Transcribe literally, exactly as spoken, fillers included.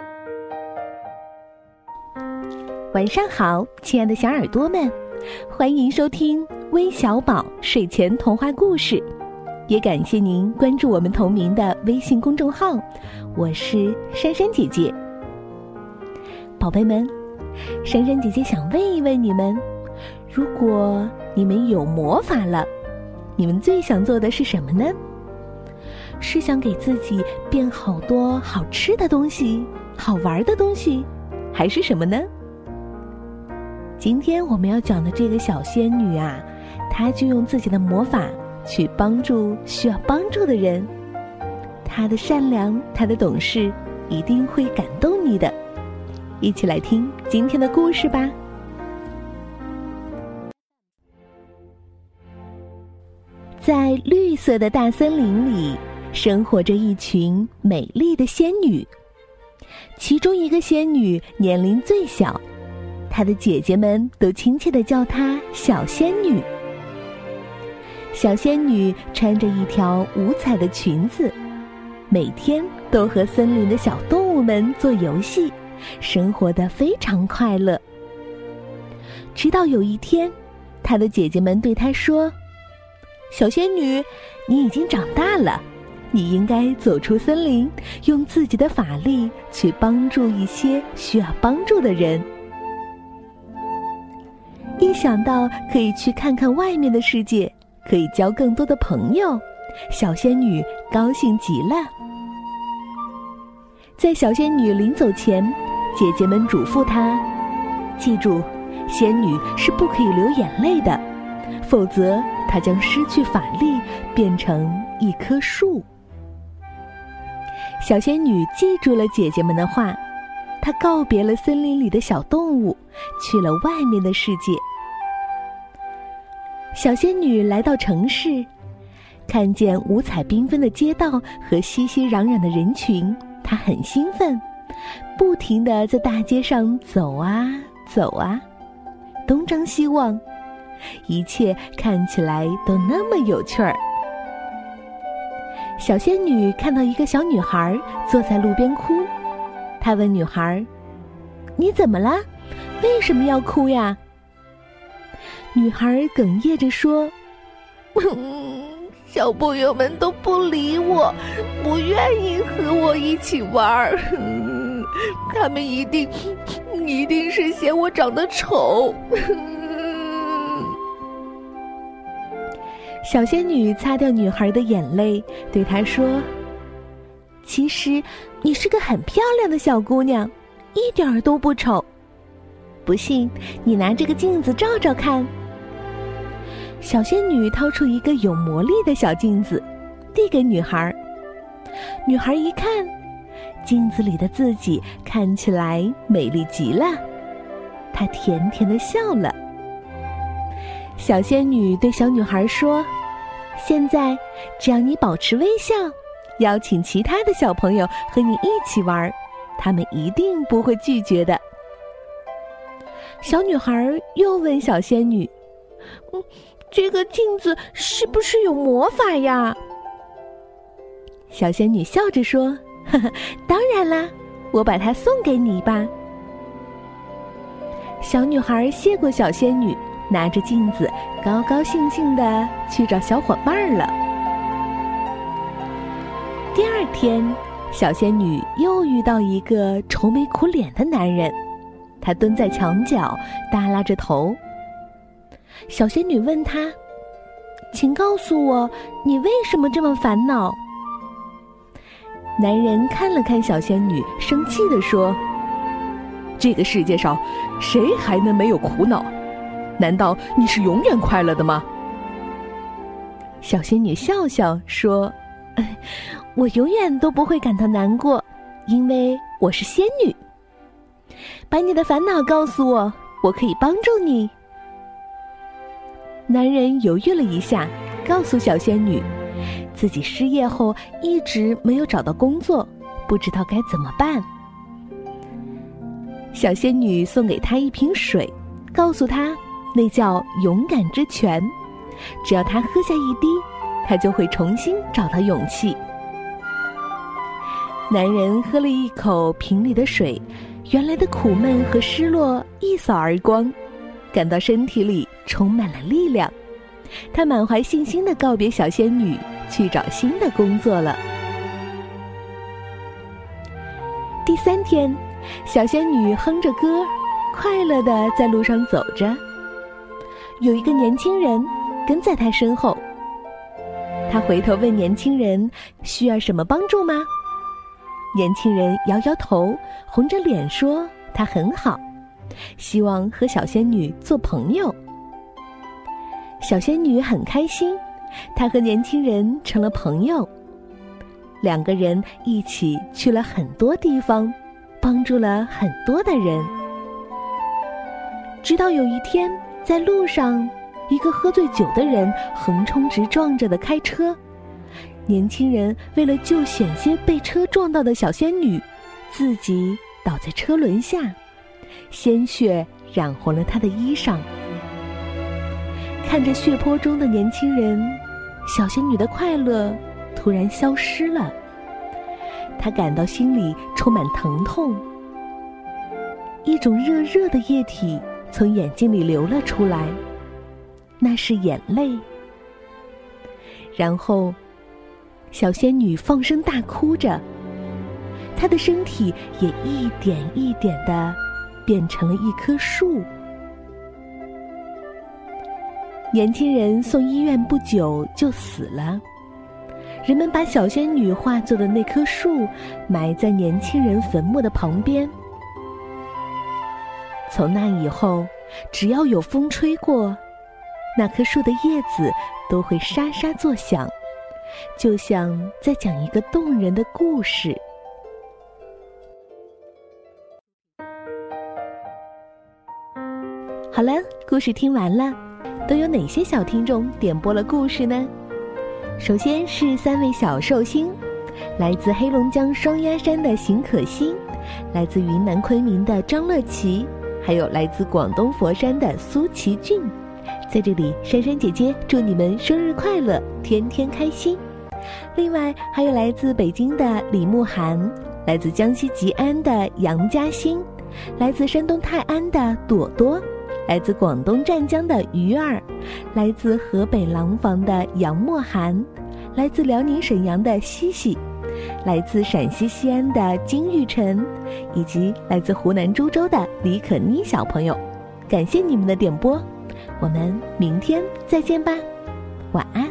晚上好，亲爱的小耳朵们，欢迎收听微小宝睡前童话故事，也感谢您关注我们同名的微信公众号，我是珊珊姐姐。宝贝们，珊珊姐姐想问一问你们，如果你们有魔法了，你们最想做的是什么呢？是想给自己变好多好吃的东西，好玩的东西，还是什么呢？今天我们要讲的这个小仙女啊，她就用自己的魔法去帮助需要帮助的人。她的善良，她的懂事，一定会感动你的。一起来听今天的故事吧。在绿色的大森林里，生活着一群美丽的仙女。其中一个仙女年龄最小，她的姐姐们都亲切地叫她小仙女。小仙女穿着一条五彩的裙子，每天都和森林的小动物们做游戏，生活得非常快乐。直到有一天，她的姐姐们对她说：小仙女，你已经长大了，你应该走出森林，用自己的法力去帮助一些需要帮助的人。一想到可以去看看外面的世界，可以交更多的朋友，小仙女高兴极了。在小仙女临走前，姐姐们嘱咐她，记住，仙女是不可以流眼泪的，否则她将失去法力，变成一棵树。小仙女记住了姐姐们的话，她告别了森林里的小动物，去了外面的世界。小仙女来到城市，看见五彩缤纷的街道和熙熙攘攘的人群，她很兴奋，不停地在大街上走啊走啊，东张西望，一切看起来都那么有趣儿。小仙女看到一个小女孩坐在路边哭，她问女孩：你怎么了？为什么要哭呀？女孩哽咽着说：小朋友们都不理我，不愿意和我一起玩，他们一定一定是嫌我长得丑。小仙女擦掉女孩的眼泪，对她说：其实你是个很漂亮的小姑娘，一点儿都不丑。不信，你拿这个镜子照照看。小仙女掏出一个有魔力的小镜子，递给女孩。女孩一看，镜子里的自己看起来美丽极了，她甜甜地笑了。小仙女对小女孩说：现在只要你保持微笑，邀请其他的小朋友和你一起玩，他们一定不会拒绝的。小女孩又问小仙女：嗯，这个镜子是不是有魔法呀？小仙女笑着说：呵呵，当然啦，我把它送给你吧。小女孩谢过小仙女，拿着镜子高高兴兴地去找小伙伴了。第二天，小仙女又遇到一个愁眉苦脸的男人，他蹲在墙角耷拉着头。小仙女问他：请告诉我，你为什么这么烦恼？男人看了看小仙女，生气地说：这个世界上谁还能没有苦恼？难道你是永远快乐的吗？小仙女笑笑说：我永远都不会感到难过，因为我是仙女。把你的烦恼告诉我，我可以帮助你。男人犹豫了一下，告诉小仙女，自己失业后一直没有找到工作，不知道该怎么办。小仙女送给他一瓶水，告诉他那叫勇敢之泉，只要他喝下一滴，他就会重新找到勇气。 男人喝了一口瓶里的水，原来的苦闷和失落一扫而光，感到身体里充满了力量。他满怀信心地告别小仙女，去找新的工作了。第三天，小仙女哼着歌，快乐地在路上走着。有一个年轻人跟在她身后，她回头问年轻人需要什么帮助吗？年轻人摇摇头，红着脸说他很好，希望和小仙女做朋友。小仙女很开心，她和年轻人成了朋友，两个人一起去了很多地方，帮助了很多的人。直到有一天，在路上，一个喝醉酒的人横冲直撞着的开车，年轻人为了救险些被车撞到的小仙女，自己倒在车轮下，鲜血染红了他的衣裳。看着血泊中的年轻人，小仙女的快乐突然消失了，她感到心里充满疼痛，一种热热的液体从眼睛里流了出来，那是眼泪。然后小仙女放声大哭着，她的身体也一点一点地变成了一棵树。年轻人送医院不久就死了，人们把小仙女化作的那棵树埋在年轻人坟墓的旁边。从那以后，只要有风吹过，那棵树的叶子都会沙沙作响，就像在讲一个动人的故事。好了，故事听完了，都有哪些小听众点播了故事呢？首先是三位小寿星，来自黑龙江双鸭山的邢可欣，来自云南昆明的张乐琪，还有来自广东佛山的苏奇俊。在这里，珊珊姐姐祝你们生日快乐，天天开心。另外还有来自北京的李慕涵，来自江西吉安的杨嘉欣，来自山东泰安的朵朵，来自广东湛江的鱼儿，来自河北廊坊的杨默涵，来自辽宁沈阳的西西，来自陕西西安的金玉晨，以及来自湖南株洲的李可妮小朋友。感谢你们的点播，我们明天再见吧，晚安。